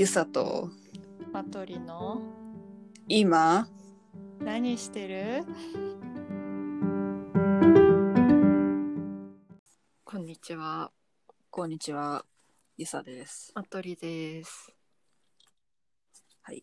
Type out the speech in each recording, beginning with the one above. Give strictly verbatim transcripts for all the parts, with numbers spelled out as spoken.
ゆさとマトリの今何してる？こんにちは、 こんにちは、ゆさです。 マトリです。 はい。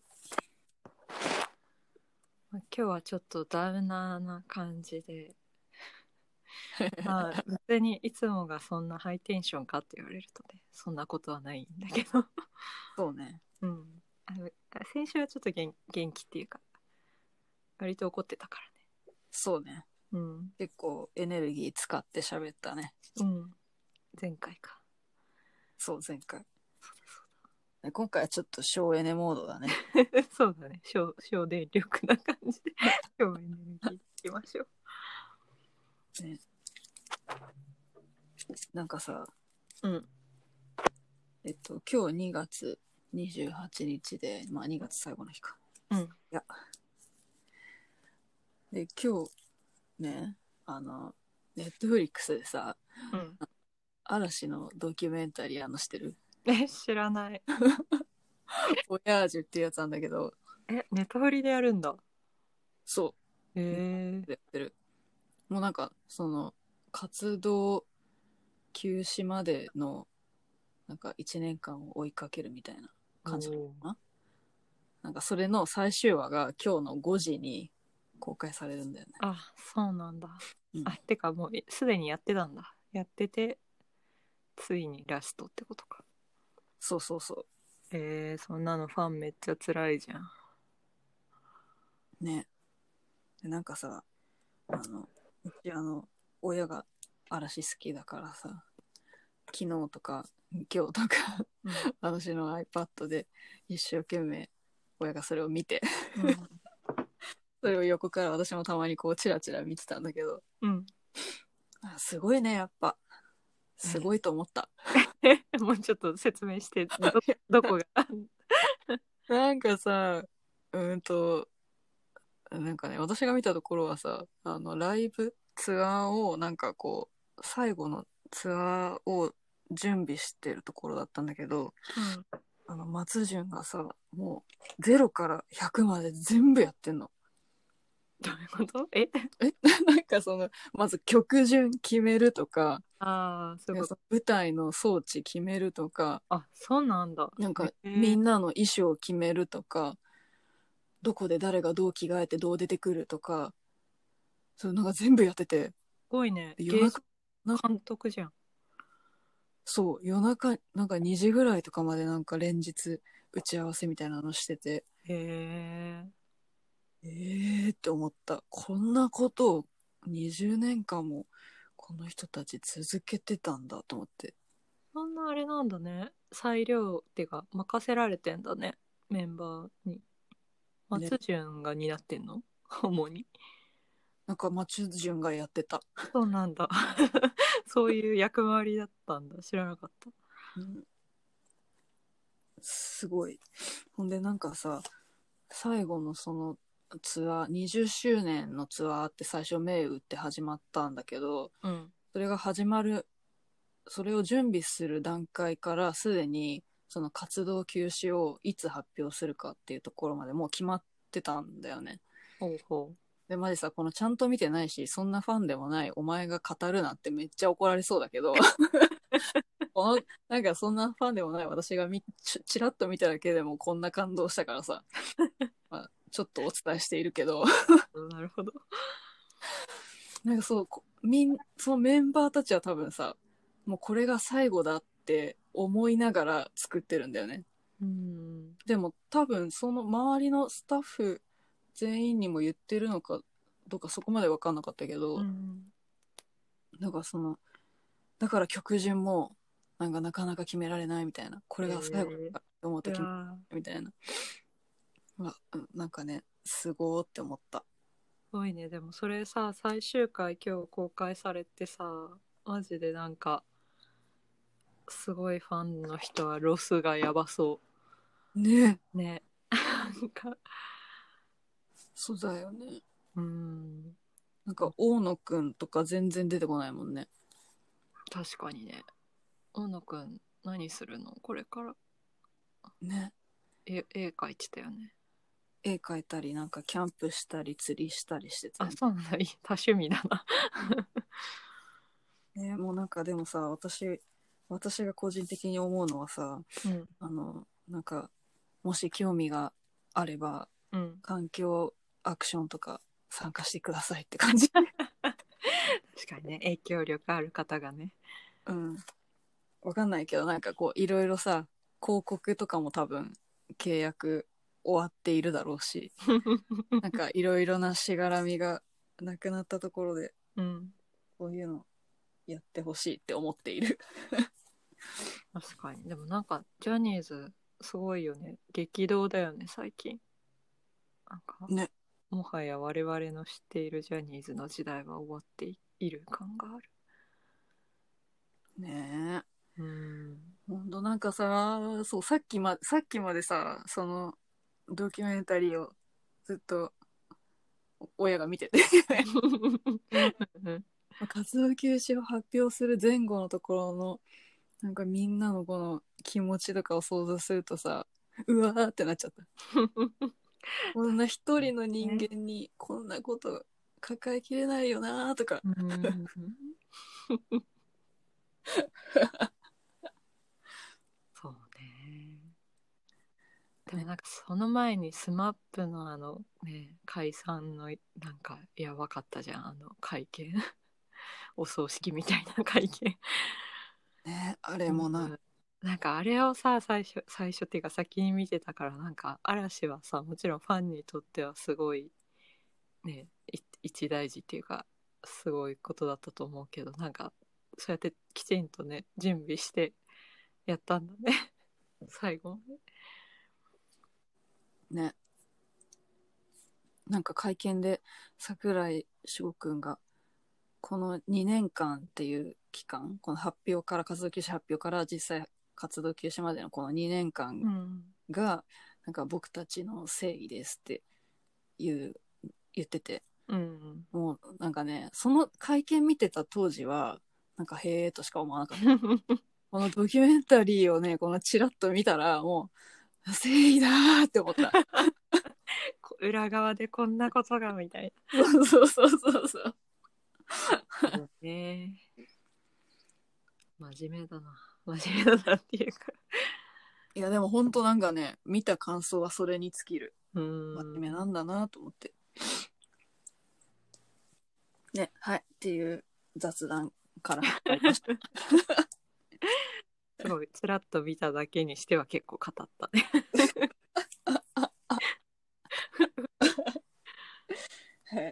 今日はちょっとダウナーな感じでまあ別にいつもがそんなハイテンションかって言われるとね、そんなことはないんだけどそうね。 うん、あの先週はちょっと元元気っていうか割と怒ってたからね。 そうね。 うん、 結構エネルギー使って喋ったね。 うん、前回か。 そう、前回。今回はちょっと省エネモードだね。 そうだね、省省電力な感じで省エネルギーいきましょう。 ね。なんかさ、 うん。 えっと、今日にがつにじゅうはちにちで、まあにがつ最後の日か。 うん。 いや。で、今日ね、あの、ネットフリックスでさ、 うん。 嵐のドキュメンタリーあのしてるえ、知らない。 ボヤージュっていうやつなんだけど、 え、ネタフリでやるんだ。 そう。 へえ。 やってる。もうなんか、その、活動休止までの、なんかいちねんかんを追いかけるみたいな感じなのかな。なんかそれの最終話が今日のごじに公開されるんだよね。 あ、そうなんだ。 うん、 あ、てかもうすでにやってたんだ。やってて、ついにラストってことか。 そうそうそえー、そんなのファンめっちゃ辛いじゃん。 う。ね。でなんかさ、あの、うちあの、親が嵐好きだからさ、昨日とか今日とか、うん、私の iPad で一生懸命親がそれを見て、うん、それを横から私もたまにこうチラチラ見てたんだけど、うん、あ、すごいね、やっぱすごいと思った。 もうちょっと説明してど、どこがなんかさ、うーんとなんかね、私が見たところはさ、あのライブツアーをなんかこう最後のツアーを準備してるところだったんだけど、うん、あの松潤がさ、もうゼロからひゃくまで全部やってんの。 どういうこと？ええなんかそのまず曲順決めるとか、 ああ、そういうこと。 舞台の装置決めるとか、 あ、そうなんだ。 なんかみんなの衣装を決めるとか、どこで誰がどう着替えてどう出てくるとか、そうなんか全部やってて。 すごいね。 夜中監督じゃん。 そう、夜中なんかにじぐらいとかまでなんか連日打ち合わせみたいなのしてて、 へえーって思った。こんなことをにじゅうねんかんもこの人たち続けてたんだと思って。 そんなあれなんだね。裁量ってか任せられてんだね、メンバーに。松潤が担ってんの、ね、主に。 なんか松潤がやってた。 そうなんだ。そういう役回りだったんだ。知らなかった。 うん、すごい。ほんでなんかさ、最後のそのツアー、にじゅっしゅうねんのツアーって最初銘打って始まったんだけど、うん、それが始まる、それを準備する段階からすでにその活動休止をいつ発表するかっていうところまでもう決まってたんだよね。 ほうほう。 でマジさ、このちゃんと見てないしそんなファンでもないお前が語るなってめっちゃ怒られそうだけどこのなんかそんなファンでもない私がみちちらっと見ただけでもこんな感動したからさ、まあ、ちょっとお伝えしているけどなるほど。 なんかそうみんそのメンバーたちは多分さ、もうこれが最後だって思いながら作ってるんだよね。 うん。 でも多分その周りのスタッフ全員にも言ってるのかどうかそこまで分かんなかったけど、うん、なんかそのだから曲順もなんかなかなか決められないみたいな、これが最後だと思って決められみたいな、まあ、なんかねすごーって思った。すごいね。でもそれさ、最終回今日公開されてさ、マジでなんかすごいファンの人はロスがやばそうね。 ね。なんかそうだよね。 うん。 なんか大野くんとか全然出てこないもんね。 確かにね。大野くん何するのこれから。 ね。 絵絵描いてたよね。 絵描いたりなんかキャンプしたり釣りしたりしてたあ、 よそうなんだ。いい多趣味だな。 ね。もうなんかでもさ、私私が個人的に思うのはさ、 うんあのなんかもし興味があればうん。 環境アクションとか参加してくださいって感じ。 確かにね、影響力ある方がね。 うん。わかんないけど、なんかこういろいろさ、広告とかも多分契約終わっているだろうし、なんかいろいろなしがらみがなくなったところで、 うん。 こういうのやってほしいって思っている。 確かに。でもなんか、ジャニーズ、すごいよね。激動だよね、最近。なんか、 ね。 もはや我々の知っているジャニーズの時代は終わっている感がある。 ねえ。 うん。 ほんとなんかさ、そう、さっきま、さっきまでさ、そのドキュメンタリーをずっと親が見てて活動休止を発表する前後のところのなんかみんなのこの気持ちとかを想像するとさ、うわーってなっちゃった。こんな一人の人間にこんなこと抱えきれないよなーとか。 うん。そうね。でもなんかその前にスマップのあのね、解散のなんかやばかったじゃん、あの会見。お葬式みたいな会見。 ね、あれうん、 もな、 なんかあれをさ、最初最初っていうか先に見てたから、なんか嵐はさ、もちろんファンにとってはすごいね、い一大事っていうかすごいことだったと思うけど、なんかそうやってきちんとね準備してやったんだね。最後まで。 ね、なんか会見で櫻井翔くんがこのにねんかんっていう期間、この発表から活動休止発表から実際活動休止までのこのにねんかんうんがなんか僕たちの正義ですって言う言ってて、 うんもうなんかね、その会見見てた当時はなんかへーとしか思わなかった。このドキュメンタリーをね、このチラッと見たらもう正義だーって思った。 裏側でこんなことがみたいそうそうそうそうそう。 な。ね、真面目だな。真面目だなっていうか。 いやでも本当なんかね、見た感想はそれに尽きる。 う真ん。 面目なんだなと思って。ね、はいっていう雑談から入りました。 すごい、ちらっと見ただけにしては結構語ったね。 はい。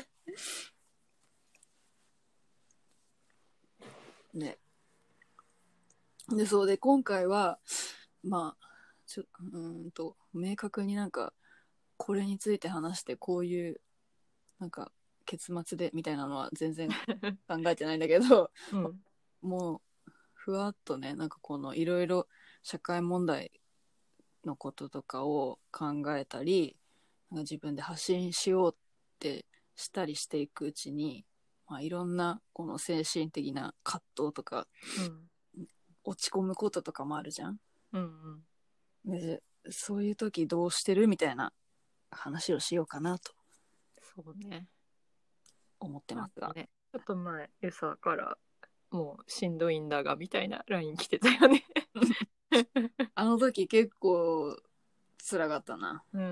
ね。で、そうで、今回は、まあ、ちょ、うーんと、明確になんか、これについて話して、こういう、なんか、結末で、みたいなのは全然考えてないんだけど、 うん。 もう、ふわっとね、なんかこの、いろいろ社会問題のこととかを考えたり、なんか自分で発信しようってしたりしていくうちに、まあ、いろんなこの精神的な葛藤とかうん落ち込むこととかもあるじゃん。 うんでそういう時どうしてるみたいな話をしようかなとそうね。 思ってなますが、 んかね、ちょっと前、エサからもうしんどいんだがみたいな ライン 来てたよね。 あの時結構辛かったな。 うん、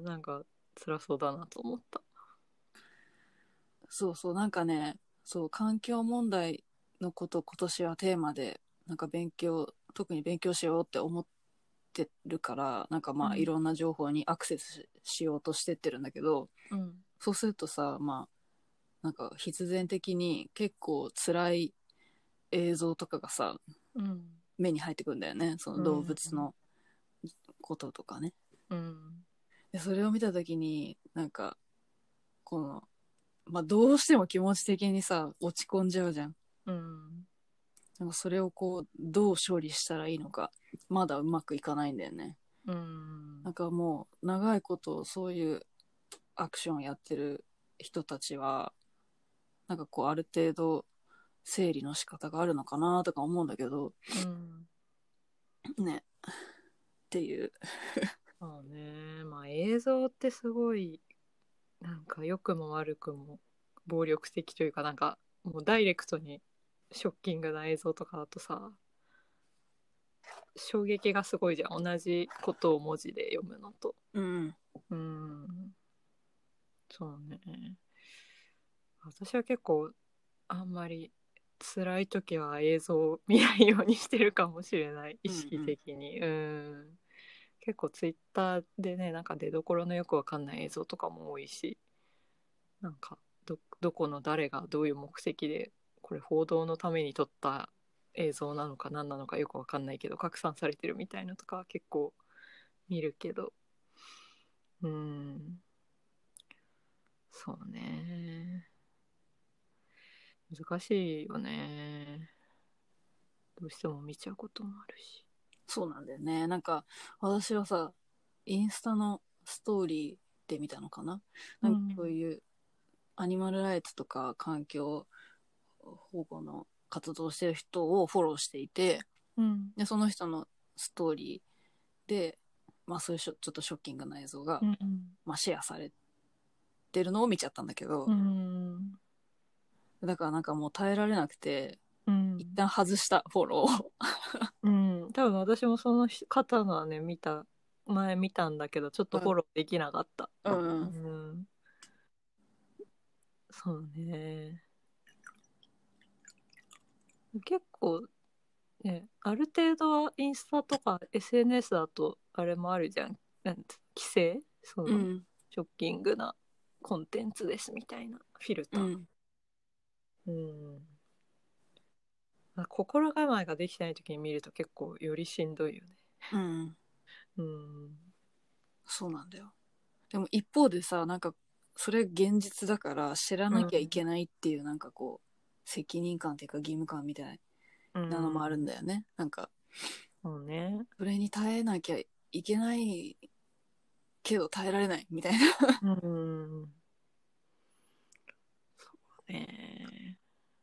なんか辛そうだなと思った。 そうそう、なんかね、そう環境問題のこと今年はテーマでなんか勉強特に勉強しようって思ってるから、なんかまあいろんな情報にアクセスしようとしてってるんだけど、 うん。 そうするとさ、まあなんか必然的に結構辛い映像とかがさうん目に入ってくるんだよね、その動うん物のこととかね。 うんでそれを見た時になんかこのまあどうしても気持ち的にさ落ち込んじゃうじゃん。 うんなんかそれをこうどう処理したらいいのかまだうまくいかないんだよね。 うんなんかもう長いことそういうアクションやってる人たちはなんかこうある程度整理の仕方があるのかなとか思うんだけどうんね。っていう。 そうね、まあ映像ってすごいなんか良くも悪くも暴力的というか、なんかもうダイレクトにショッキングな映像とかだとさ、衝撃がすごいじゃん、同じことを文字で読むのと。 うんうん、そうね。私は結構あんまり辛い時は映像を見ないようにしてるかもしれない、意識的に。うん、うん、結構ツイッターでね、なんか出どころのよくわかんない映像とかも多いし、なんか ど, どこの誰がどういう目的でこれ報道のために撮った映像なのか何なのかよくわかんないけど拡散されてるみたいなとかは結構見るけど、うーん、そうね、難しいよね。どうしても見ちゃうこともあるし。 そうなんだよね。なんか私はさ、インスタのストーリーで見たのかな、なんかそういうアニマルライツとか環境保護の活動してる人をフォローしていて、 うん、 でその人のストーリーで、まあ、そういうちょっとショッキングな映像が、 うん、 まあ、シェアされてるのを見ちゃったんだけど、 うん、 だからなんかもう耐えられなくて、 うん、 一旦外したフォローを。 うん、多分私もその方のはね見た前見たんだけどちょっとフォローできなかった。 うん、 うん、そうね。結構ね、ある程度はインスタとか エスエヌエス だとあれもあるじゃん。なんて規制、その、 うん、 ショッキングなコンテンツですみたいなフィルター。 うん、 うん。まあ心構えができてない時に見ると結構よりしんどいよね。 うん、 うん。 そうなんだよ。でも一方でさ、なんかそれ現実だから知らなきゃいけないっていうなんかこう責任感っていうか義務感みたいうん。 なのもあるんだよね。なんかそうね。 それに耐えなきゃいけないけど耐えられないみたいな。 うん。そうね。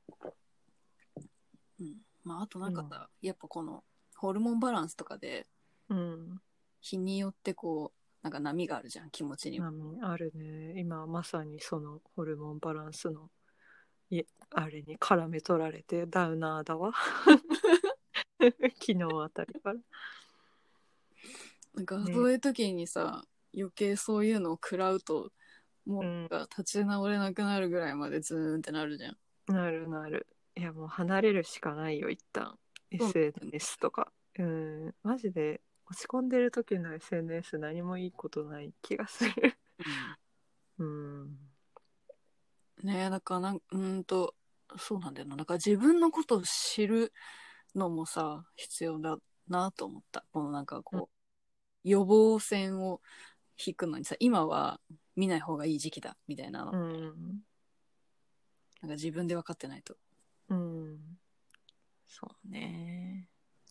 うん、まああとなんかさ、 うん。 やっぱこのホルモンバランスとかでうん。 日によってこうなんか波があるじゃん、気持ちにも。 波あるね。今まさにそのホルモンバランスのいあれに絡め取られてダウナーだわ。昨日あたりから。 なんかね、 そういう時にさ、余計そういうのを食らうと、もううん、 なんか立ち直れなくなるぐらいまでズーンってなるじゃん。 なるなる。いやもう離れるしかないよ一旦。 そうエスエヌエス とか。うん、マジで落ち込んでる時の エスエヌエス 何もいいことない気がする。 うん、 うん。 ねえ、だからなん、うーんと、そうなんだよな。なんか自分のことを知るのもさ、必要だなと思った。このなんかこう、予防線を引くのにさ、今は見ない方がいい時期だ、みたいなの。 うん。 なんか自分で分かってないと。 うん。そうね。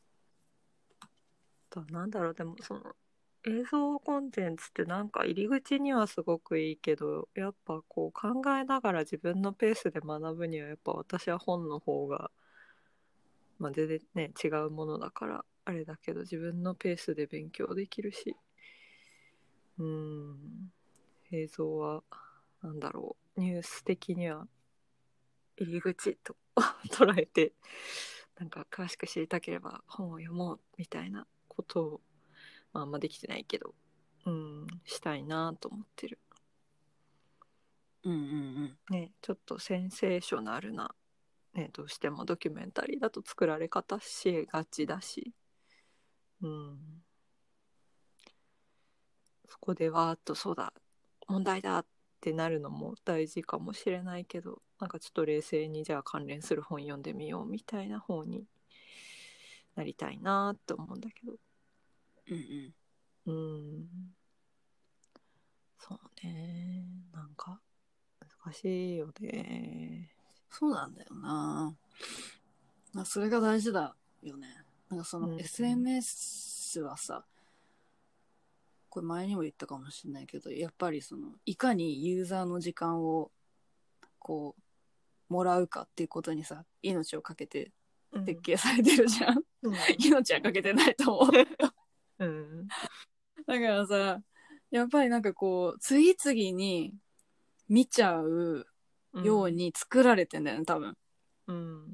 となんだろう、でもその映像コンテンツってなんか入り口にはすごくいいけど、やっぱこう考えながら自分のペースで学ぶにはやっぱ私は本の方が、まあ、全然ね違うものだからあれだけど自分のペースで勉強できるし、うーん、映像はなんだろう、ニュース的には入り口と捉えて、なんか詳しく知りたければ本を読もうみたいなことを、まあ、あんまできてないけど、うん、したいなと思ってる。 うんうんね、ちょっとセンセーショナルな、ね、どうしてもドキュメンタリーだと作られ方しがちだし、うん、そこでわーっとそうだ問題だってなるのも大事かもしれないけど、なんかちょっと冷静にじゃあ関連する本読んでみようみたいな方になりたいなって思うんだけど、 うん。 うん、そうね、なんか難しいよね。 そうなんだよな。まあそれが大事だよね。なんかそのうん、 エスエヌエス はさ、これ前にも言ったかもしれないけど、やっぱりそのいかにユーザーの時間をこうもらうかっていうことにさ、命をかけてうん、 設計されてるじゃん。 うん、 命はかけてないと思う。 うん。 だからさ、やっぱりなんかこう、次々に見ちゃうように作られてんだよね、多分。 うん。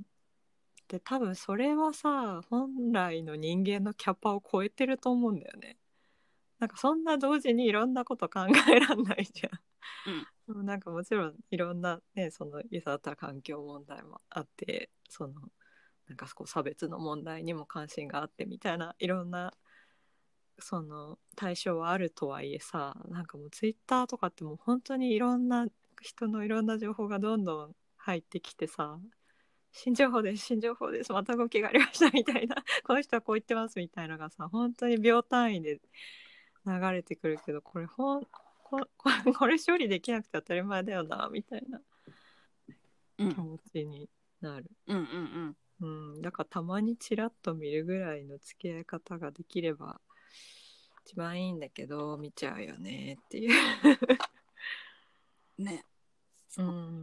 で、多分それはさ、本来の人間のキャパを超えてると思うんだよね。なんかそんな同時にいろんなこと考えらんないじゃん。 うん。 でもなんかもちろんいろんなね、そのいざだったら環境問題もあって、そのなんかこう差別の問題にも関心があってみたいないろんなその対象はあるとはいえさ、なんかもうツイッターとかってもう本当にいろんな人のいろんな情報がどんどん入ってきてさ、新情報です新情報ですまた動きがありましたみたいなこの人はこう言ってますみたいなのがさ、本当に秒単位で流れてくるけど、これほんこここれ処理できなくて当たり前だよなみたいな気持ちになる。 うんうんうん、だからたまにチラッと見るぐらいの付き合い方ができれば一番いいんだけど、見ちゃうよねっていう。 うん。ね。 うん。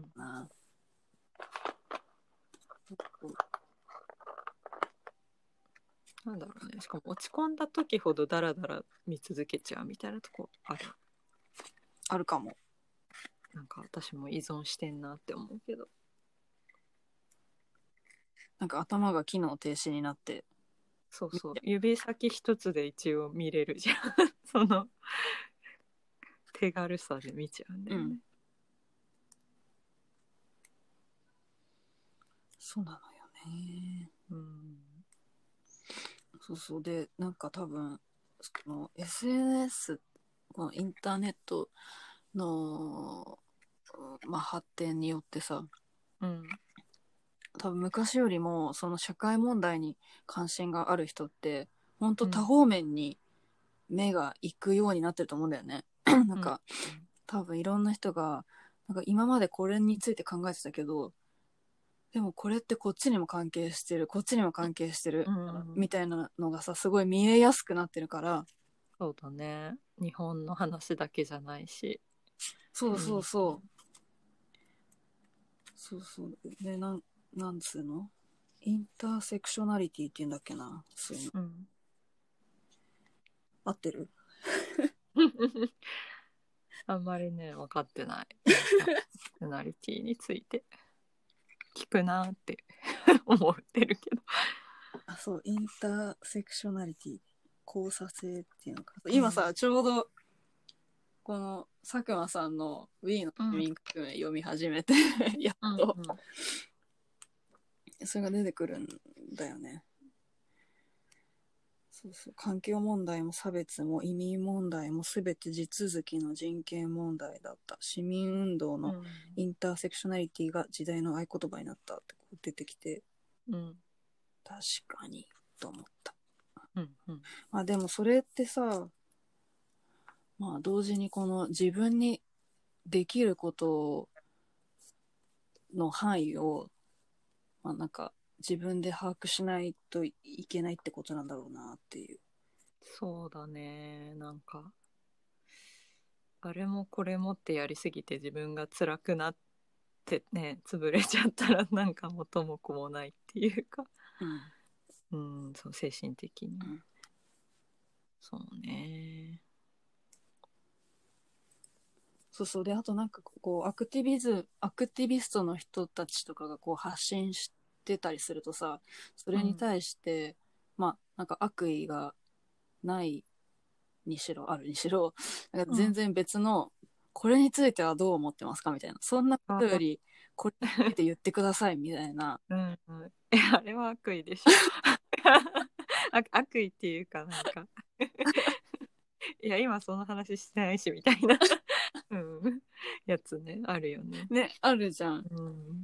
ななんだろうね。しかも落ち込んだ時ほどダラダラ見続けちゃうみたいなとこある。 あるかも。 なんか私も依存してんなって思うけど。 なんか頭が機能停止になって。 そうそう。指先一つで一応見れるじゃん。その手軽さで見ちゃうんだよね。うん、 そうなのよね。 うん。 そうそうで、なんか多分その エスエヌエス このインターネットの、まあ、発展によってさ、 うん、 多分昔よりもその社会問題に関心がある人って本当多方面に目が行くようになってると思うんだよね。なんか、うん、多分いろんな人がなんか今までこれについて考えてたけど、でもこれってこっちにも関係してるこっちにも関係してる、うん、みたいなのがさすごい見えやすくなってるから。 そうだね、日本の話だけじゃないし。 そうそうそう、うん、そうそうで、なんなんつうのインターセクショナリティっていうんだっけな、そういうの、うん、合ってるあんまりね分かってないインターセクショナリティについて。聞くなって思ってるけど。 あ、そう、インターセクショナリティ、交差性っていうのか。今さ、うん、ちょうどこの佐久間さんの Wii の市民革命読み始めて、うん、やっと、うんうん、それが出てくるんだよね。そうそう、環境問題も差別も移民問題も全て地続きの人権問題だった。市民運動のインターセクショナリティが時代の合言葉になったって出てきて、うん、確かにと思った。うんうん、まあでもそれってさ、まあ同時にこの自分にできることの範囲を、まあなんか自分で把握しないといけないってことなんだろうなっていう。 そうだね、なんかあれもこれもってやりすぎて自分が辛くなってね、潰れちゃったらなんか元も子もないっていうか、うん、うん、そう精神的に、うん、そうね。そうそうで、あとなんかこうアクティビズアクティビストの人たちとかがこう発信してたりするとさ、それに対して、うん、まあなんか悪意がないにしろあるにしろ、なんか全然別の、うん、これについてはどう思ってますかみたいな、そんなことよりこれについて言ってくださいみたいな。うん、 うん、あれは悪意でしょ悪意っていうかなんかいや今その話してないしみたいな、うん、やつね、あるよね。 ね、あるじゃん。うん、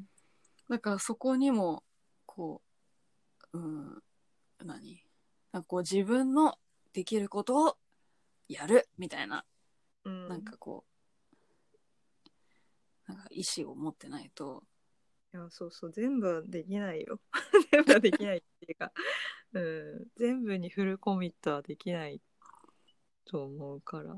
だからそこにもこう、うん、何なんかこう自分のできることをやるみたいな、うん、なんかこうなんか意思を持ってないと。 いやそうそう、全部はできないよ全部はできないっていうか、うん、全部にフルコミットはできないと思うから、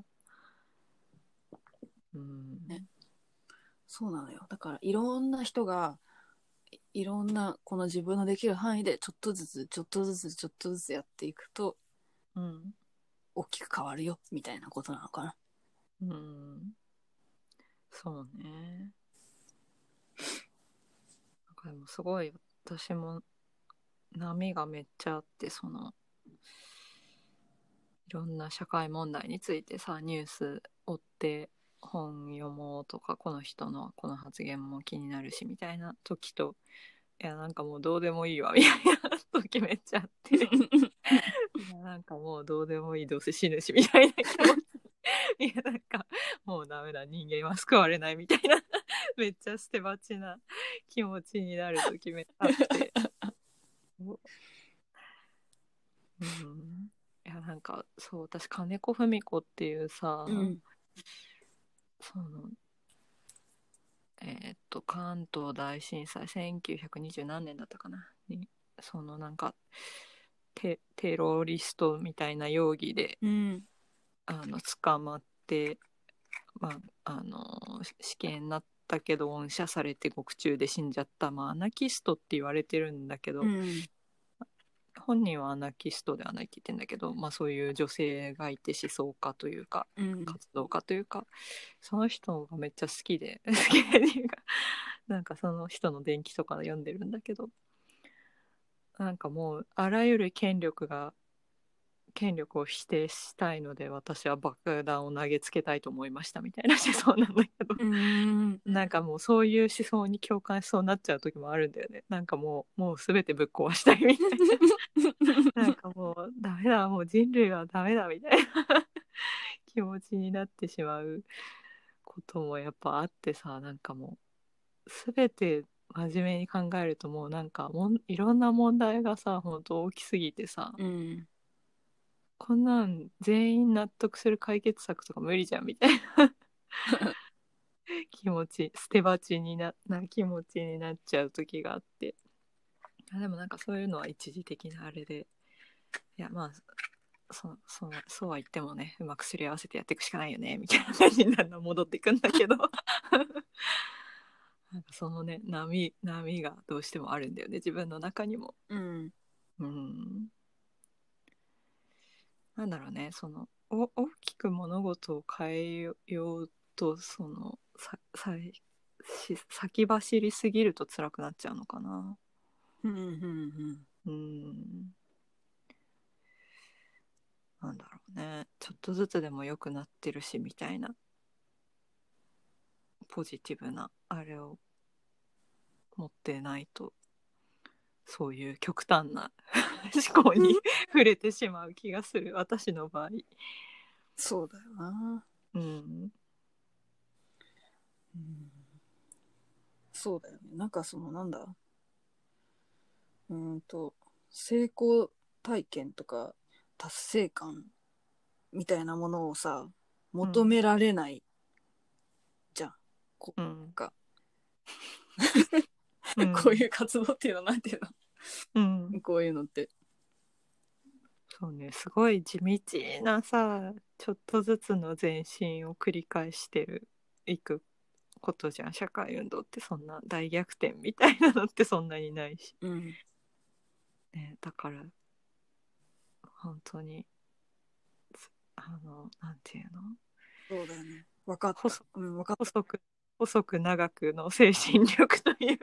うんね、そうなのよ。だからいろんな人がいろんなこの自分のできる範囲でちょっとずつちょっとずつちょっとずつやっていくと、うん、 大きく変わるよみたいなことなのかな。 うんそうね。なんかでもすごい私も波がめっちゃあって、そのいろんな社会問題についてさニュース追って本読もうとか、この人のこの発言も気になるしみたいな時と、いやなんかもうどうでもいいわみたいな時めっちゃあっていやなんかもうどうでもいい、どうせ死ぬしみたいな気持ちいやなんかもうダメだ、人間は救われないみたいなめっちゃ捨て鉢な気持ちになる時めっちゃあってうん、いやなんかそう私金子文子っていうさ、 うん、 そのえーっと関東大震災せんきゅうひゃくにじゅう何年だったかなに、そのなんかテテロリストみたいな容疑で、 うん、 あの捕まって、まあ、あの死刑になったけど恩赦されて獄中で死んじゃった、まあ、アナキストって言われてるんだけど、 うん、 本人はアナキストではないって言ってんだけど、まあ、そういう女性がいて思想家というかうん、 活動家というか、その人がめっちゃ好きで好きでっていうかなんかその人の伝記とか読んでるんだけど、なんかもうあらゆる権力が権力を否定したいので私は爆弾を投げつけたいと思いましたみたいな思想なんだけど、 うん、 なんかもうそういう思想に共感しそうになっちゃう時もあるんだよね。なんかもうもう全てぶっ壊したいみたいななんかもうダメだ、もう人類はダメだみたいな気持ちになってしまうこともやっぱあってさ、なんかもう全て真面目に考えるともうなんかもんいろんな問題がさ本当大きすぎてさ、 うん、 こんなん全員納得する解決策とか無理じゃんみたいな気持ち、捨て鉢になな気持ちになっちゃう時があって、でもなんかそういうのは一時的なあれで、いやまあそそそうは言ってもね、うまくすり合わせてやっていくしかないよねみたいな感じにだんだん戻っていくんだけどなんかそのね波波がどうしてもあるんだよね、自分の中にも。 うん、 うんなんだろうね、そのお大きく物事を変えようとそのささし先走りすぎると辛くなっちゃうのかな。 うん、うん、 うんなんだろうね、ちょっとずつでも良くなってるしみたいなポジティブなあれを持ってないと、そういう極端な思考に触れてしまう気がする私の場合。 そうだよな。 うんうん、そうだよね。なんかそのなんだ、うーんと成功体験とか達成感みたいなものをさ求められないじゃん。こうんかうこういんう活動っていうのなんていううんのこういうのって。 そうね、すごい地道なさ、ちょっとずつの前進を繰り返してるいくことじゃん。社会運動ってそんな大逆転みたいなのってそんなにないし、 うん。 ね、だから本当にあのなんていうの、 そうだよね。わかった。 細うん、わかった。 細く細く長くの精神力というか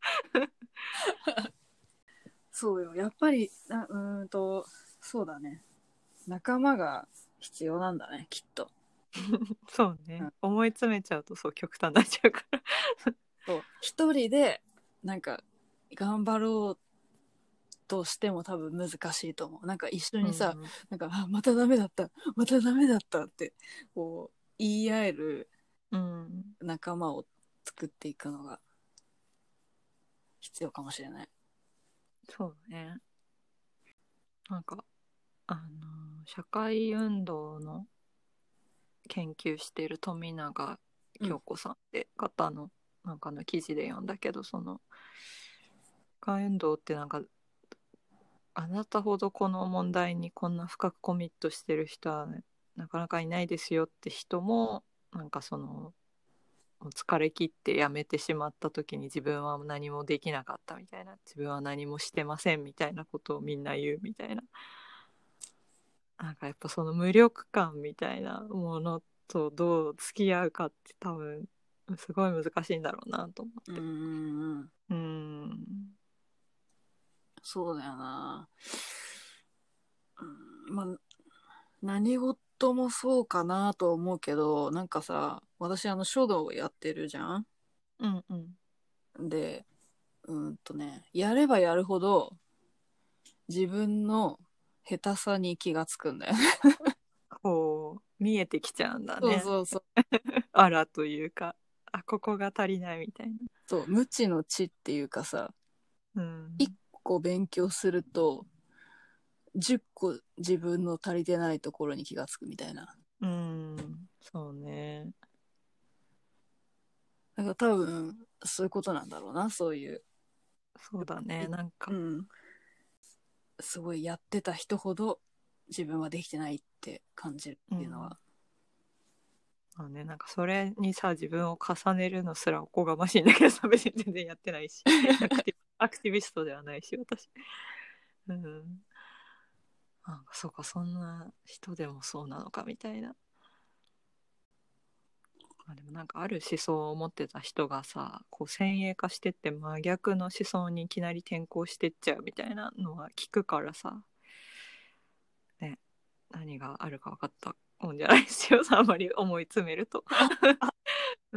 そうよ。やっぱり、なうーんと、そうだね。仲間が必要なんだね、きっと。 そうね、 うん、 思い詰めちゃうとそう極端になっちゃうからそう。一人で、なんか、頑張ろうとしても多分難しいと思う。なんか一緒にさ、 うんなんか、あまたダメだった、またダメだったって、こう、言い合えるうん仲間を作っていくのが必要かもしれない。 そうね、なんかあの社会運動の研究している富永京子さんって方のなんかの記事で読んだけど、その社会運動ってなんかあなたほどこの問題にこんな深くコミットしてる人は、ね、なかなかいないですよって人もなんかその疲れ切ってやめてしまった時に自分は何もできなかったみたいな、自分は何もしてませんみたいなことをみんな言うみたいななんかやっぱその無力感みたいなものとどう付き合うかって多分すごい難しいんだろうなと思って。 うんうんうん。 うーん。 そうだよな。うん、まあ、何事もそうかなと思うけど、なんかさ、私あの書道をやってるじゃん。 うんうん。 で、うーんとね、やればやるほど自分の下手さに気がつくんだよね。 こう見えてきちゃうんだそうね。 そうそう。 あらというか、あ、ここが足りないみたいな。 そう、無知の知っていうかさ、 う一ん。 個勉強すると、十個自分の足りてないところに気がつくみたいな。 うん。そうね。 だから多分、そういうことなんだろうな、そういう。 そうだね。なんか、 うん。すごいやってた人ほど自分はできてないって感じるうん。 っていうのは。 まあね、なんかそれにさ自分を重ねるのすらおこがましいんだけどさ、別に全然やってないし、アクティブ、アクティビストではないし私。うん。なんかそうか、そんな人でもそうなのかみたいな。まあ、でもなんかある思想を持ってた人がさ、こう先鋭化してって真逆の思想にいきなり転向してっちゃうみたいなのは聞くからさ、ね、何があるか分かったもんじゃないですよ、あんまり思い詰めると。うん。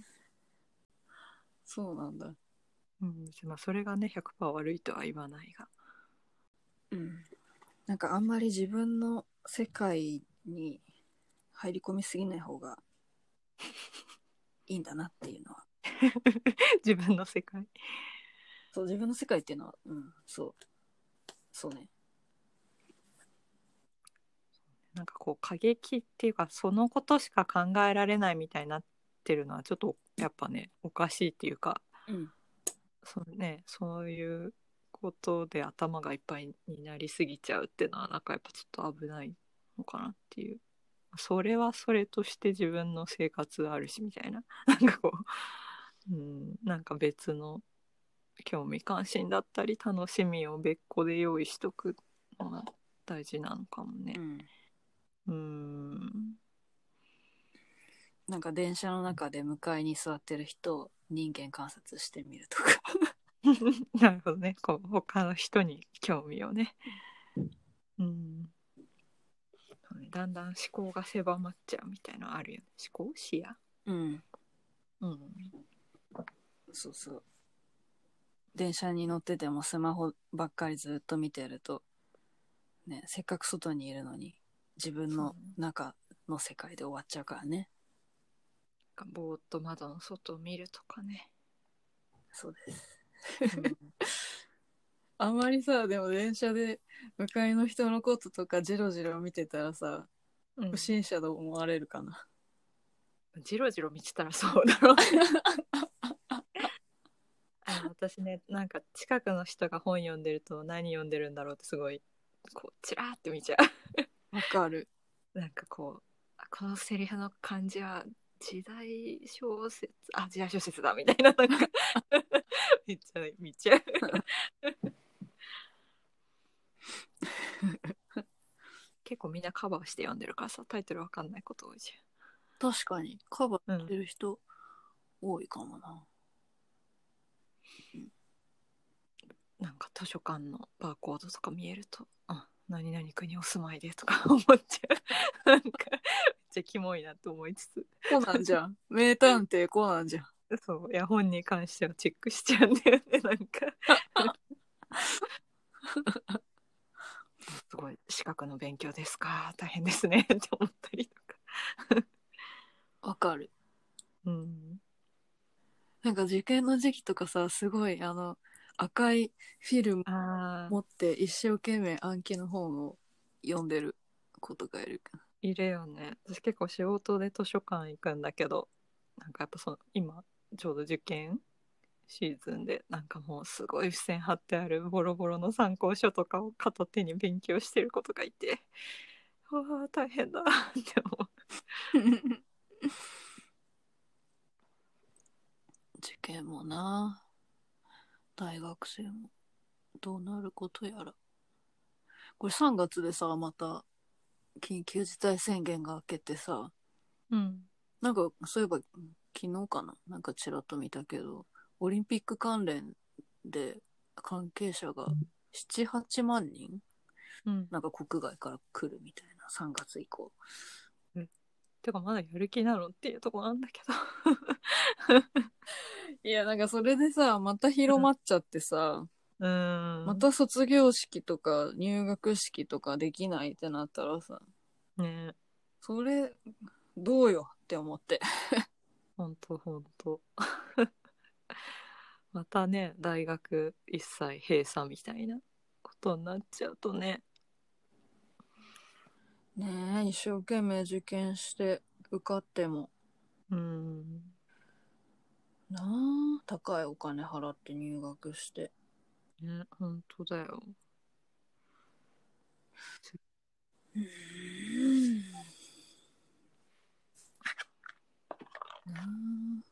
そうなんだ。 うん、まあそれがねひゃくパーセント悪いとは言わないが。 うん。なんかあんまり自分の世界に入り込みすぎない方がいいんだなっていうのは。 自分の世界。 そう、自分の世界っていうのは、うん、そう。そうね。 なんかこう過激っていうかそのことしか考えられないみたいになってるのはちょっとやっぱねおかしいっていうか、 うん。 そうね、そういうことで頭がいっぱいになりすぎちゃうっていうのはなんかやっぱちょっと危ないのかなっていう。それはそれとして自分の生活あるしみたいな、なんかこう、うん、なんか別の興味関心だったり楽しみを別個で用意しとくのが大事なのかもね。 うん。 うーん。 なんか電車の中で向かいに座ってる人を人間観察してみるとか。 なるほどね。こう他の人に興味をね。うん。そうね、だんだん思考が狭まっちゃうみたいなのあるよね。思考視野。 うん。 うん。 そうそう。電車に乗っててもスマホばっかりずっと見てると、ね、せっかく外にいるのに自分の中の世界で終わっちゃうからね。 ぼーっと窓の外を見るとかね。 そうです。 うん、 あんまりさ、でも電車で向かいの人のこととかジロジロ見てたらさ、 うん、 不審者と思われるかな。 ジロジロ見てたらそうだろうね。あの私ね、なんか近くの人が本読んでると何読んでるんだろうってすごいこうチラーって見ちゃわかる。 う。なんかこう、このセリフの感じは時代小説、あ、時代小説だみたいな、なんかめっちゃ見ちゃう。結構みんなカバーして読んでるからさ、タイトルわかんないこと多いじ確かにカバゃん。 ーしてる人多いかもな。 なんか図書館のバーコードとか見えると、あ、何々区にお住まいでとか思っちゃう。なんかめっちゃキモいなと思いつつ、 コナンじゃん。名探偵コナンじゃん。 そう、いや本に関してはチェックしちゃうんだよね。なんかすごい資格の勉強ですか、大変ですねって思ったりとか。 わかる。 うん。 なんか受験の時期とかさ、すごいあの赤いフィルムああ、 持って一生懸命暗記の本を読んでる子とかいるかいるよね。私結構仕事で図書館行くんだけど、なんかやっぱその今ちょうど受験シーズンでなんかもうすごい付箋貼ってあるボロボロの参考書とかを片手に勉強してる子とかいて、わあ大変だって思な。受験もな、大学生もどうなることやら。これさんがつでさ、また緊急事態宣言が明けてさ、 うんなんかそういえば昨日かな、なんかちらっと見たけど、オリンピック関連で関係者がなな、はちまんにんうんなんか国外から来るみたいな、さんがつ以降。 てかまだやる気なのっていうとこなんだけどいや、なんかそれでさ、また広まっちゃってさ、 うーんまた卒業式とか入学式とかできないってなったらさ、 ね、 それどうよって思って。 ほんとほんとまたね、大学一切閉鎖みたいなことになっちゃうとね。 ねえ、一生懸命受験して受かってもうーんなあ、高いお金払って入学して。 ね、ほんとだよ。 うーんなあ、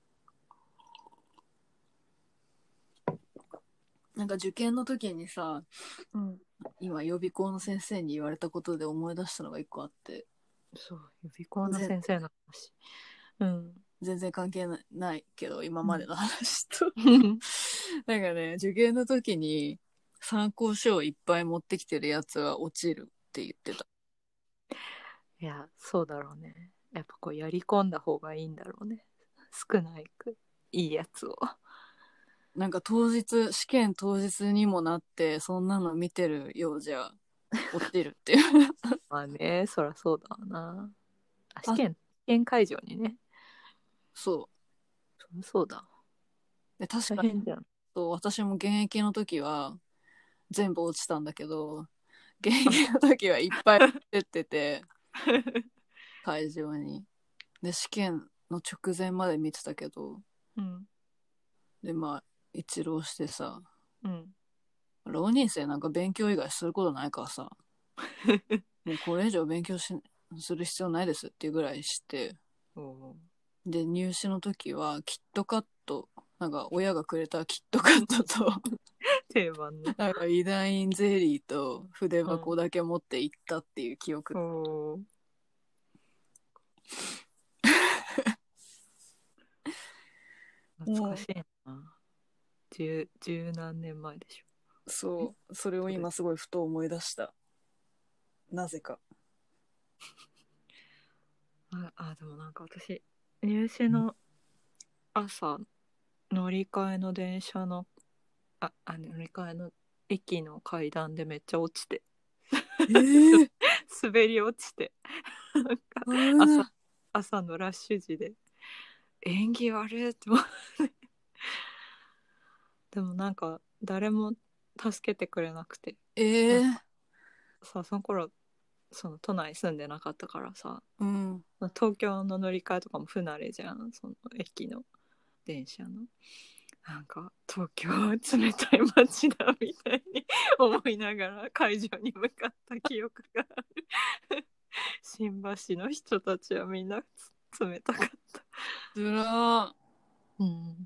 なんか受験の時にさ、 うん、 今予備校の先生に言われたことで思い出したのが一個あって、 そう予備校のぜ先生の話。うん全然関係ないないけど今うんまでの話となんかね、受験の時に参考書をいっぱい持ってきてるやつは落ちるって言ってた。 いや、そうだろうね。やっぱこうやり込んだ方がいいんだろうね。少ないくいいやつを。 なんか当日、試験当日にもなってそんなの見てるようじゃ落ちるっていうまあね、そらそうだわな。あ、試あ、 験、試験会場にね。 そそりゃそうだ。 うで、確かに大変じゃん。 そう、私も現役の時は全部落ちたんだけど、現役の時はいっぱい出てて会場に。で、試験の直前まで見てたけど、 うん。 で、まあ、一浪してさ、 うん。 浪人生なんか勉強以外することないからさ、もうこれ以上勉強しする必要ないですっていうぐらいして、 おで、入試の時はキットカット、なんか親がくれたキットカットと、 定番の。 なんかイダインゼリーと筆うん。 箱だけ持って行ったっていう記憶。 お懐もう、 かしいな。十、十何年前でしょ。 そう、それをそれ。 今すごいふと思い出した。なぜか。 あ、あ、でもなんか私、入試の朝、乗り換えの電車の、あ、あ乗り換えの駅の階段でめっちゃ落ちて、 えー、 滑り落ちて、なんか危朝、 な。 朝のラッシュ時で、縁起悪いって思って。でもなんか、誰も助けてくれなくて、 えー、 なんかさ、その頃、その都内住んでなかったからさ、 うん。 東京の乗り換えとかも不慣れじゃん、その駅の電車の。なんか東京は冷たい街だみたいに思いながら会場に向かった記憶がある。新橋の人たちはみんな冷たかった。 つらうん、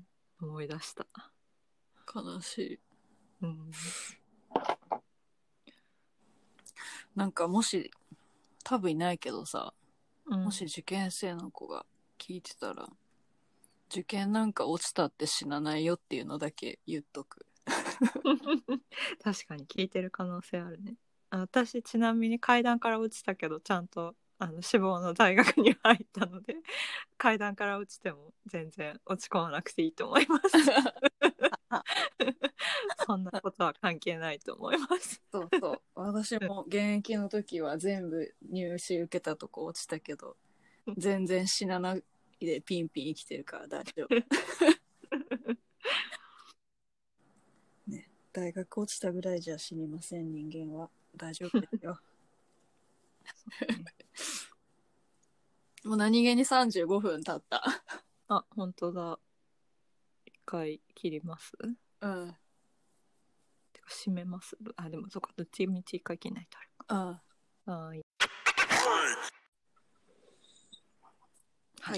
思い出した。 ー。悲しい。 うん、 なんかもし、多分いないけどさ、 うん、 もし受験生の子が聞いてたら、受験なんか落ちたって死なないよっていうのだけ言っとく。 確かに聞いてる可能性あるね。あ、私ちなみに階段から落ちたけどちゃんとあの志望の大学に入ったので階段から落ちても全然落ち込まなくていいと思います。そんなことは関係ないと思います。 そうそう。私も現役の時は全部入試受けたとこ落ちたけど、全然死なないでピンピン生きてるから大丈夫。ね、大学落ちたぐらいじゃ死にません、人間は。大丈夫ですよ。もう何気にさんじゅうごふん経った。 あ、本当だ。一回切ります。 うん。 てか閉めます。あ、でもそっか、どっちみち一回切らないとあある。はい。 はい。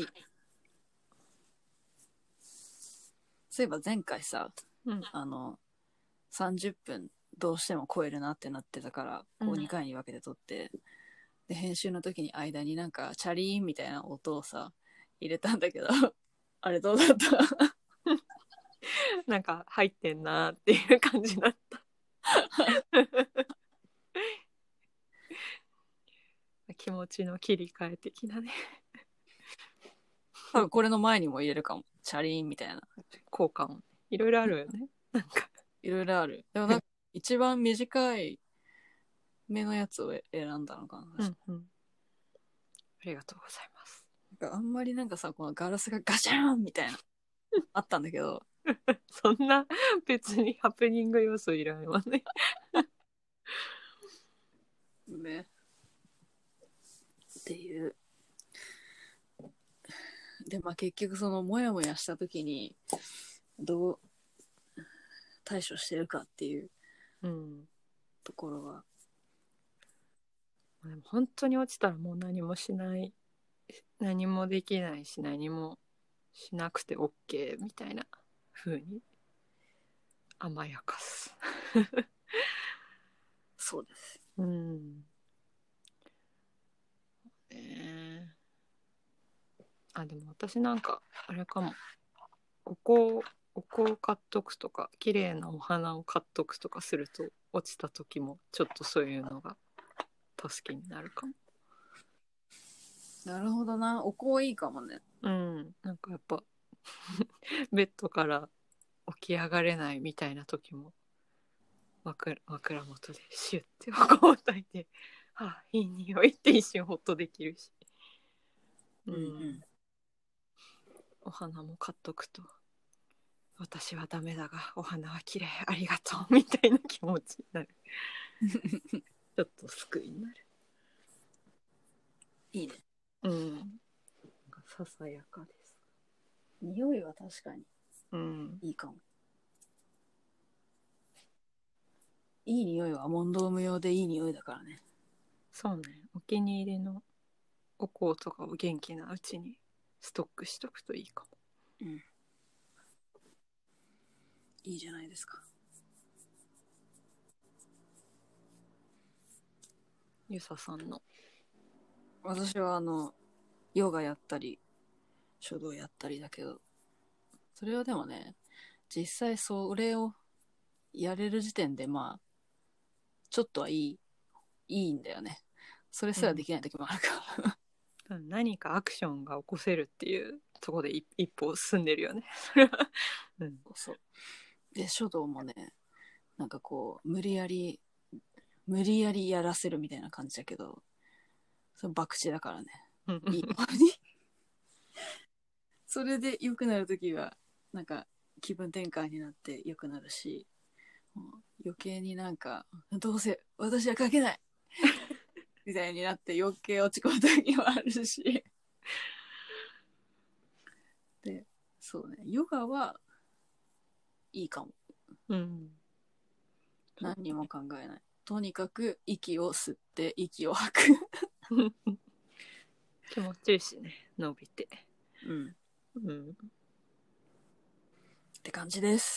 そういえば前回さ、 うん。 あの、さんじゅっぷんどうしても超えるなってなってたから、こうにかいに分けて撮って、 で編集の時に間になんかチャリーンみたいな音をさ入れたんだけどあれどうだったなんか入ってんなっていう感じだった気持ちの切り替え的なね多分これの前にも入れるかも。チャリーンみたいな。 効果もいろいろあるよね。なんかいろいろある。でもなんか一番短い目のやつを選んだのかな。 うんうん。ありがとうございます。 なんかあんまりなんかさ、このガラスがガシャーンみたいなあったんだけど。 そんな別にハプニング要素いらないわね。 ね。っていう。で、まあ結局そのモヤモヤした時にどう対処してるかっていうところは。 うん、でも本当に落ちたらもう何もしない。何もできないし何もしなくて OK みたいな風に甘やかすそうです。 うんえー、あでも私なんかあれかもお香お香を買っとくとか綺麗なお花を買っとくとかすると落ちた時もちょっとそういうのが助けになるかも。 なるほどな。お香いいかもね。 うんなんかやっぱベッドから起き上がれないみたいな時も枕, 枕元でシュッてお香を焚いてはあいい匂いって一瞬ホッとできるし、うんうん、お花も買っとくと私はダメだがお花は綺麗ありがとうみたいな気持ちになるちょっと救いになる。 いいね。 うんささやかです。 匂いは確かにうんいいかも。いい匂いは問答無用でいい匂いだからね。 そうねお気に入りのお香とかを元気なうちにストックしとくといいかも。 うんいいじゃないですか。 ゆささんの。 私はあのヨガやったり書道やったりだけど、それはでもね実際それをやれる時点でまあちょっとはいいいいんだよね。それすらできない時もあるから、 うん、何かアクションが起こせるっていうところで一一歩進んでるよねそれは、うん、 そうで書道もねなんかこう無理やり無理やりやらせるみたいな感じだけどそれ博打だからねいいようにそれで良くなる時はなんか気分転換になって良くなるし、余計になんかどうせ私は書けないみたいになって余計落ち込む時もあるしでそうねヨガはいいかも、 うん、 何にも考えないとにかく息を吸って息を吐く気持ちいいしね伸びてうん、 うん、 って感じです。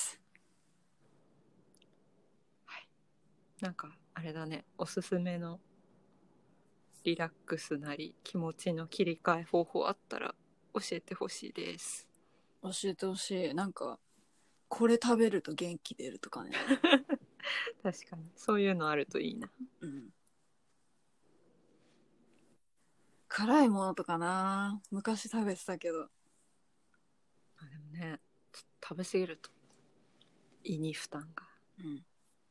はい、なんかあれだねおすすめのリラックスなり気持ちの切り替え方法あったら教えてほしいです。 教えてほしい。なんかこれ食べると元気出るとかね確かにそういうのあるといいな。 うん辛いものとかな昔食べてたけどあでもね食べ過ぎると胃に負担が、 うん、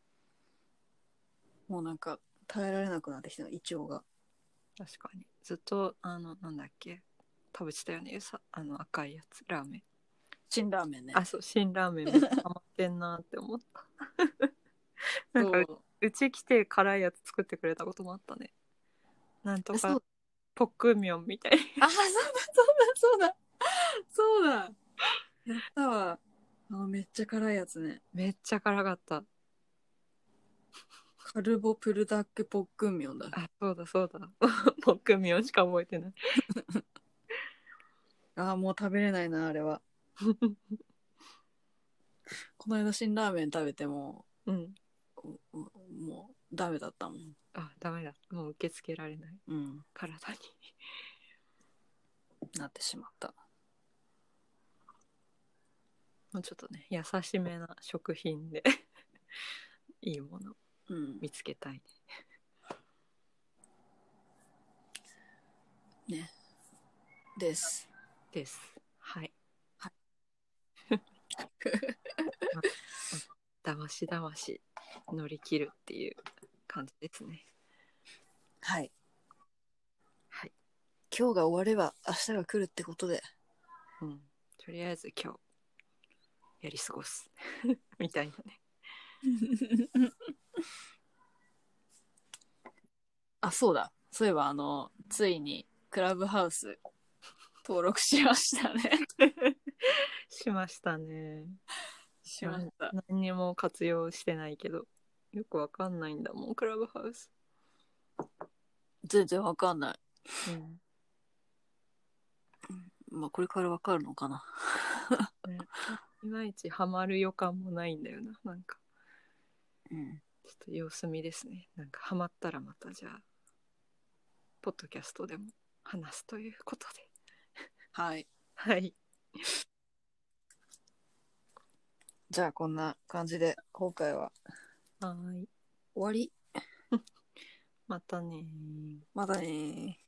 もうなんか耐えられなくなってきた胃腸が。 確かにずっとあのなんだっけ食べてたよねさあの赤いやつラーメン辛ラーメンね。 あそう辛ラーメンめっちゃハマってんなって思ったなんか う, うち来て辛いやつ作ってくれたこともあったね。なんとかポックンミョンみたいあそうだそうだそうだそうだやったわ。あのめっちゃ辛いやつね。 めっちゃ辛かった。 カルボプルダックポックンミョンだ。 あそうだそうだポックンミョンしか覚えてないあもう食べれないなあれはこの間辛ラーメン食べても、 うん、 もうダメだったもん。 あ、ダメだ。もう受け付けられない。 うん、 体に。 なってしまった。 もうちょっとね、優しめな食品でいいものうん見つけたいね。 ね。です。 です。はい。 はいまだましだまし乗り切るっていう感じですね。 はい。 はい。 今日が終われば明日が来るってことで。 うん。とりあえず今日やり過ごすみたいなね。 あ、そうだ。そういえばあの、ついにクラブハウス登録しましたね。 しましたね。 しました。 何にも活用してないけど、よくわかんないんだもん、クラブハウス。 全然わかんない。 うん。 まあ、これからわかるのかな。 ね、いまいちハマる予感もないんだよな、なんか。 うん。 ちょっと様子見ですね。なんかハマったらまたじゃあ、ポッドキャストでも話すということで。 はい。 はい。 じゃあ、こんな感じで、今回ははーい。 終わり。 またねー。 またねー。